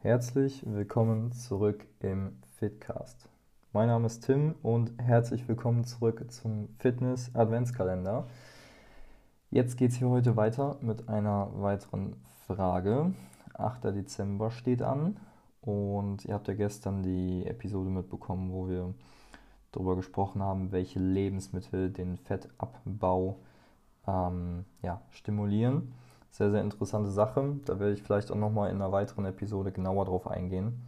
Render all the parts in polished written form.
Herzlich willkommen zurück im Fitcast. Mein Name ist Tim und herzlich willkommen zurück zum Fitness Adventskalender. Jetzt geht es hier heute weiter mit einer weiteren Frage. 8. Dezember steht an und ihr habt ja gestern die Episode mitbekommen, wo wir darüber gesprochen haben, welche Lebensmittel den Fettabbau stimulieren. Sehr, sehr interessante Sache. Da werde ich vielleicht auch nochmal in einer weiteren Episode genauer drauf eingehen.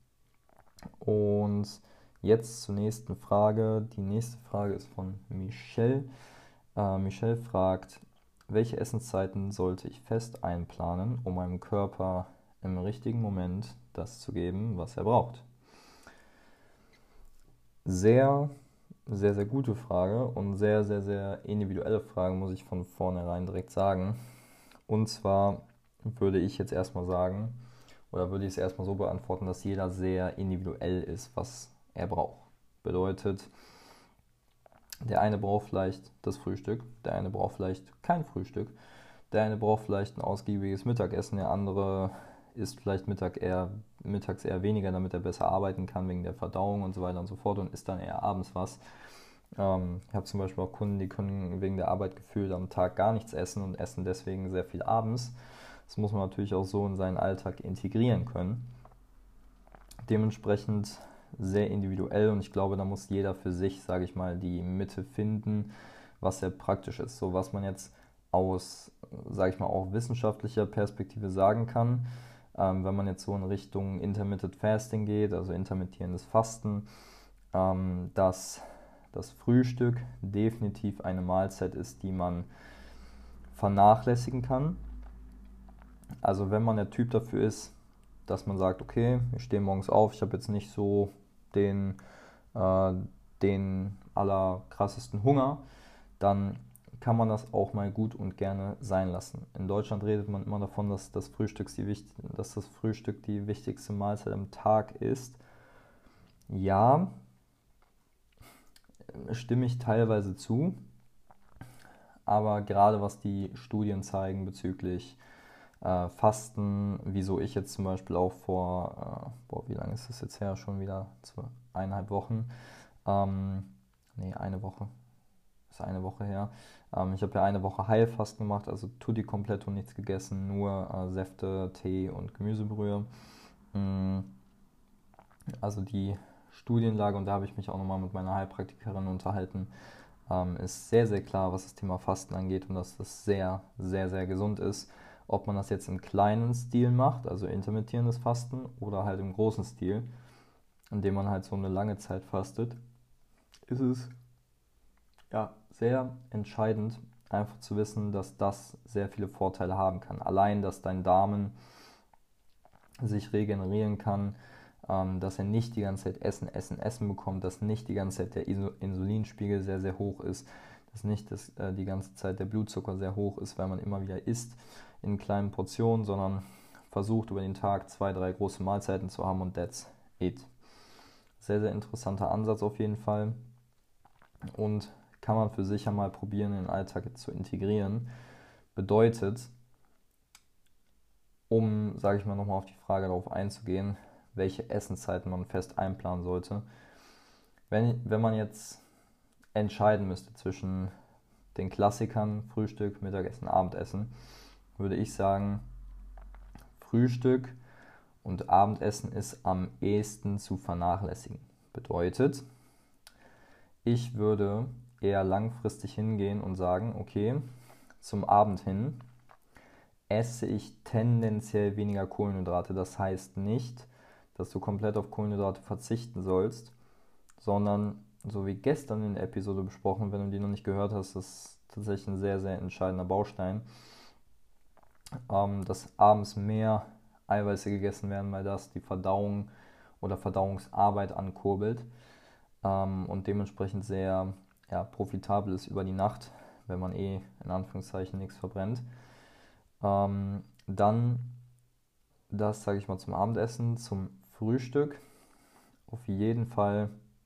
Und jetzt zur nächsten Frage. Die nächste Frage ist von Michelle. Michelle fragt, welche Essenszeiten sollte ich fest einplanen, um meinem Körper im richtigen Moment das zu geben, was er braucht? Sehr, sehr, sehr gute Frage und sehr, sehr, sehr individuelle Frage, muss ich von vornherein direkt sagen. Und zwar würde ich jetzt erstmal sagen, oder würde ich es erstmal so beantworten, dass jeder sehr individuell ist, was er braucht. Bedeutet, der eine braucht vielleicht das Frühstück, der eine braucht vielleicht kein Frühstück, der eine braucht vielleicht ein ausgiebiges Mittagessen, der andere isst vielleicht mittags eher weniger, damit er besser arbeiten kann wegen der Verdauung und so weiter und so fort und isst dann eher abends was. Ich habe zum Beispiel auch Kunden, die können wegen der Arbeit gefühlt am Tag gar nichts essen und essen deswegen sehr viel abends. Das muss man natürlich auch so in seinen Alltag integrieren können. Dementsprechend sehr individuell und ich glaube, da muss jeder für sich, sage ich mal, die Mitte finden, was sehr praktisch ist. So was man jetzt aus, sage ich mal, auch wissenschaftlicher Perspektive sagen kann, wenn man jetzt so in Richtung Intermittent Fasting geht, also intermittierendes Fasten, dass das Frühstück definitiv eine Mahlzeit ist, die man vernachlässigen kann. Also wenn man der Typ dafür ist, dass man sagt, okay, ich stehe morgens auf, ich habe jetzt nicht so den, den allerkrassesten Hunger, dann kann man das auch mal gut und gerne sein lassen. In Deutschland redet man immer davon, dass das Frühstück die wichtigste Mahlzeit am Tag ist. Ja, stimme ich teilweise zu, aber gerade was die Studien zeigen bezüglich Fasten, wieso ich jetzt zum Beispiel auch wie lange ist das jetzt her? Schon wieder 1,5 Wochen. Eine Woche. Das ist eine Woche her. Ich habe ja eine Woche Heilfasten gemacht, also Tutti komplett und nichts gegessen, nur Säfte, Tee und Gemüsebrühe. Also die Studienlage, und da habe ich mich auch nochmal mit meiner Heilpraktikerin unterhalten, ist sehr, sehr klar, was das Thema Fasten angeht und dass das sehr, sehr, sehr gesund ist. Ob man das jetzt im kleinen Stil macht, also intermittierendes Fasten, oder halt im großen Stil, indem man halt so eine lange Zeit fastet, ist es ja sehr entscheidend, einfach zu wissen, dass das sehr viele Vorteile haben kann. Allein, dass dein Darm sich regenerieren kann, dass er nicht die ganze Zeit Essen bekommt, dass nicht die ganze Zeit der Insulinspiegel sehr, sehr hoch ist, dass nicht die ganze Zeit der Blutzucker sehr hoch ist, weil man immer wieder isst in kleinen Portionen, sondern versucht über den Tag 2, 3 große Mahlzeiten zu haben und that's it. Sehr, sehr interessanter Ansatz auf jeden Fall und kann man für sich einmal probieren, in den Alltag jetzt zu integrieren. Bedeutet, um, sage ich mal, nochmal auf die Frage darauf einzugehen, welche Essenszeiten man fest einplanen sollte. Wenn man jetzt entscheiden müsste zwischen den Klassikern Frühstück, Mittagessen, Abendessen, würde ich sagen, Frühstück und Abendessen ist am ehesten zu vernachlässigen. Bedeutet, ich würde eher langfristig hingehen und sagen, okay, zum Abend hin esse ich tendenziell weniger Kohlenhydrate. Das heißt nicht, dass du komplett auf Kohlenhydrate verzichten sollst, sondern so wie gestern in der Episode besprochen, wenn du die noch nicht gehört hast, das ist tatsächlich ein sehr, sehr entscheidender Baustein, dass abends mehr Eiweiße gegessen werden, weil das die Verdauung oder Verdauungsarbeit ankurbelt und dementsprechend sehr profitabel ist über die Nacht, wenn man in Anführungszeichen nichts verbrennt. Dann das, sage ich mal, zum Abendessen, zum Frühstück. Auf jeden Fall,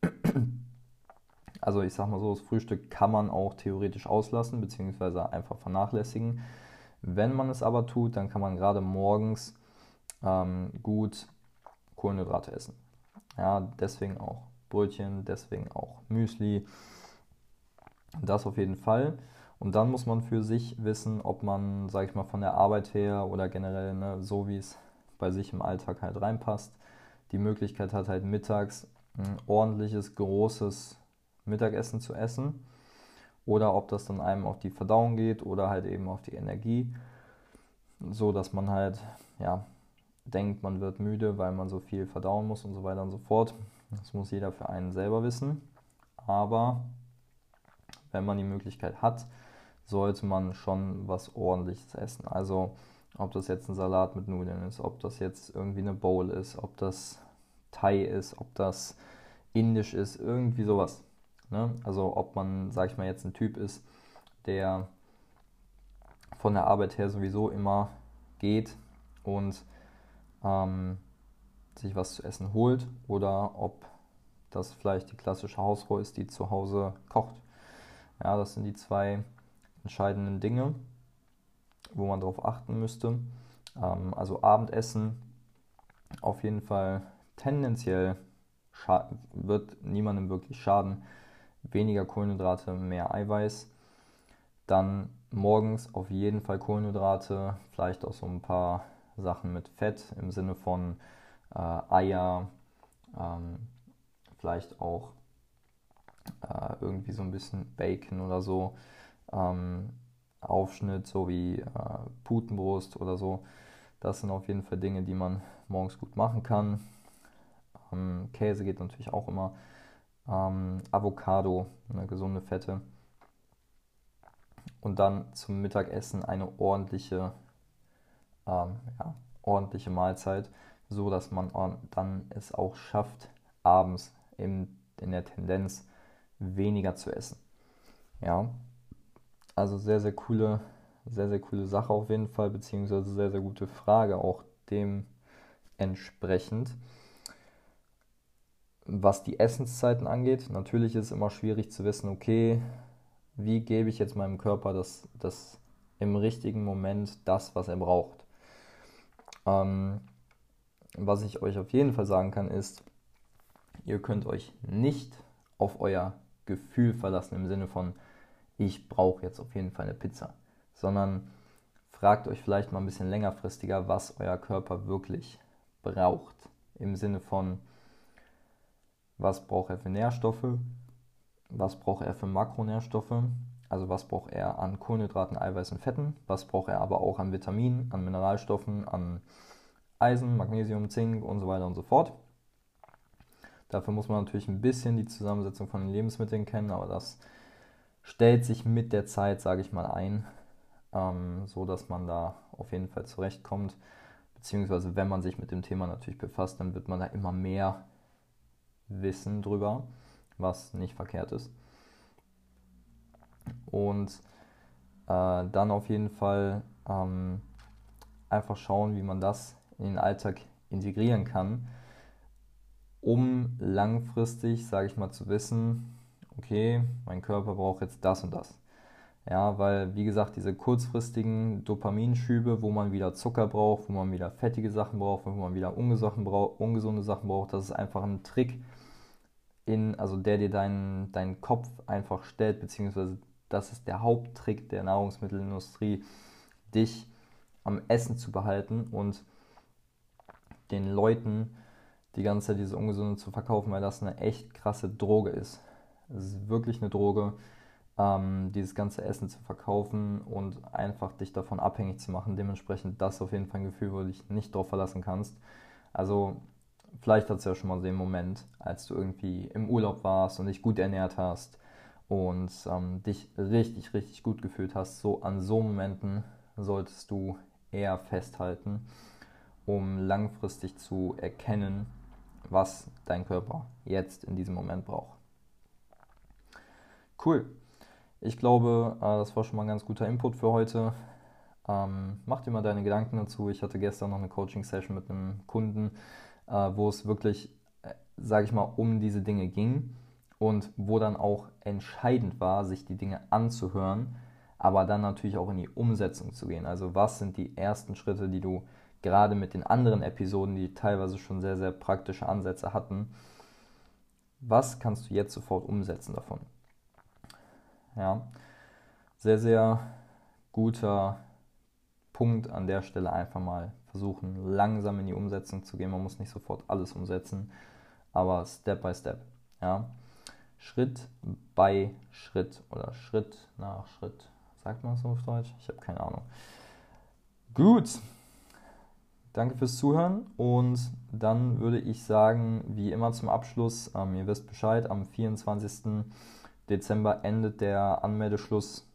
also ich sag mal so, das Frühstück kann man auch theoretisch auslassen, beziehungsweise einfach vernachlässigen. Wenn man es aber tut, dann kann man gerade morgens gut Kohlenhydrate essen. Ja, deswegen auch Brötchen, deswegen auch Müsli. Das auf jeden Fall. Und dann muss man für sich wissen, ob man, sage ich mal, von der Arbeit her oder generell, ne, so wie es bei sich im Alltag halt reinpasst, die Möglichkeit hat, halt mittags ein ordentliches, großes Mittagessen zu essen. Oder ob das dann einem auf die Verdauung geht oder halt eben auf die Energie, so dass man halt, ja, denkt, man wird müde, weil man so viel verdauen muss und so weiter und so fort. Das muss jeder für einen selber wissen. Aber wenn man die Möglichkeit hat, sollte man schon was Ordentliches essen. Also ob das jetzt ein Salat mit Nudeln ist, ob das jetzt irgendwie eine Bowl ist, ob das Thai ist, ob das indisch ist, irgendwie sowas. Ne? Also ob man, sag ich mal, jetzt ein Typ ist, der von der Arbeit her sowieso immer geht und sich was zu essen holt oder ob das vielleicht die klassische Hausfrau ist, die zu Hause kocht. Ja, das sind die zwei entscheidenden Dinge, wo man darauf achten müsste. Also Abendessen auf jeden Fall tendenziell wird niemandem wirklich schaden. Weniger Kohlenhydrate, mehr Eiweiß. Dann morgens auf jeden Fall Kohlenhydrate, vielleicht auch so ein paar Sachen mit Fett im Sinne von Eier, vielleicht auch irgendwie so ein bisschen Bacon oder so, Aufschnitt, so wie Putenbrust oder so. Das sind auf jeden Fall Dinge, die man morgens gut machen kann. Käse geht natürlich auch immer. Avocado, eine gesunde Fette. Und dann zum Mittagessen eine ordentliche Mahlzeit, so dass man dann es auch schafft, abends in der Tendenz weniger zu essen. Ja, also sehr, sehr coole Sache auf jeden Fall, beziehungsweise sehr, sehr gute Frage auch dementsprechend. Was die Essenszeiten angeht, natürlich ist es immer schwierig zu wissen, okay, wie gebe ich jetzt meinem Körper das im richtigen Moment das, was er braucht. Was ich euch auf jeden Fall sagen kann, ist, ihr könnt euch nicht auf euer Gefühl verlassen im Sinne von, ich brauche jetzt auf jeden Fall eine Pizza, sondern fragt euch vielleicht mal ein bisschen längerfristiger, was euer Körper wirklich braucht. Im Sinne von, was braucht er für Nährstoffe, was braucht er für Makronährstoffe, also was braucht er an Kohlenhydraten, Eiweiß und Fetten, was braucht er aber auch an Vitaminen, an Mineralstoffen, an Eisen, Magnesium, Zink und so weiter und so fort. Dafür muss man natürlich ein bisschen die Zusammensetzung von den Lebensmitteln kennen, aber das stellt sich mit der Zeit, sage ich mal, ein, so dass man da auf jeden Fall zurechtkommt. Beziehungsweise wenn man sich mit dem Thema natürlich befasst, dann wird man da immer mehr wissen drüber, was nicht verkehrt ist. Und dann auf jeden Fall einfach schauen, wie man das in den Alltag integrieren kann, um langfristig, sage ich mal, zu wissen, okay, mein Körper braucht jetzt das und das. Ja, weil, wie gesagt, diese kurzfristigen Dopaminschübe, wo man wieder Zucker braucht, wo man wieder fettige Sachen braucht, wo man wieder ungesunde Sachen braucht, das ist einfach ein Trick, also der dir deinen Kopf einfach stellt, beziehungsweise das ist der Haupttrick der Nahrungsmittelindustrie, dich am Essen zu behalten und den Leuten die ganze Zeit diese Ungesunde zu verkaufen, weil das eine echt krasse Droge ist. Es ist wirklich eine Droge, dieses ganze Essen zu verkaufen und einfach dich davon abhängig zu machen. Dementsprechend das ist auf jeden Fall ein Gefühl, wo du dich nicht drauf verlassen kannst. Also vielleicht hattest du ja schon mal so einen Moment, als du irgendwie im Urlaub warst und dich gut ernährt hast und dich richtig, richtig gut gefühlt hast. So an so Momenten solltest du eher festhalten, um langfristig zu erkennen, was dein Körper jetzt in diesem Moment braucht. Cool. Ich glaube, das war schon mal ein ganz guter Input für heute. Mach dir mal deine Gedanken dazu. Ich hatte gestern noch eine Coaching-Session mit einem Kunden, wo es wirklich, sage ich mal, um diese Dinge ging und wo dann auch entscheidend war, sich die Dinge anzuhören, aber dann natürlich auch in die Umsetzung zu gehen. Also was sind die ersten Schritte, die du gerade mit den anderen Episoden, die teilweise schon sehr, sehr praktische Ansätze hatten, was kannst du jetzt sofort umsetzen davon? Ja, sehr, sehr guter Punkt an der Stelle, einfach mal versuchen, langsam in die Umsetzung zu gehen. Man muss nicht sofort alles umsetzen, aber Step by Step. Ja. Schritt bei Schritt oder Schritt nach Schritt. Sagt man das so auf Deutsch? Ich habe keine Ahnung. Gut, danke fürs Zuhören und dann würde ich sagen, wie immer zum Abschluss, ihr wisst Bescheid, am 24. Dezember endet der Anmeldeschluss.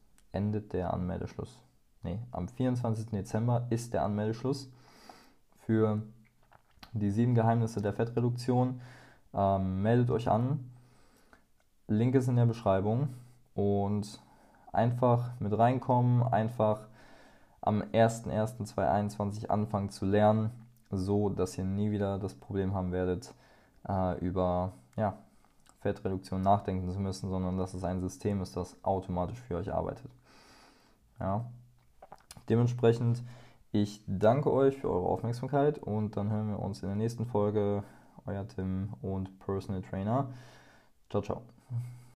Am 24. Dezember ist der Anmeldeschluss für die 7 Geheimnisse der Fettreduktion. Meldet euch an. Link ist in der Beschreibung und einfach mit reinkommen, einfach am 01.01.2021 anfangen zu lernen, so dass ihr nie wieder das Problem haben werdet, über Fettreduktion nachdenken zu müssen, sondern dass es ein System ist, das automatisch für euch arbeitet. Ja. Dementsprechend, ich danke euch für eure Aufmerksamkeit und dann hören wir uns in der nächsten Folge. Euer Tim und Personal Trainer. Ciao, ciao.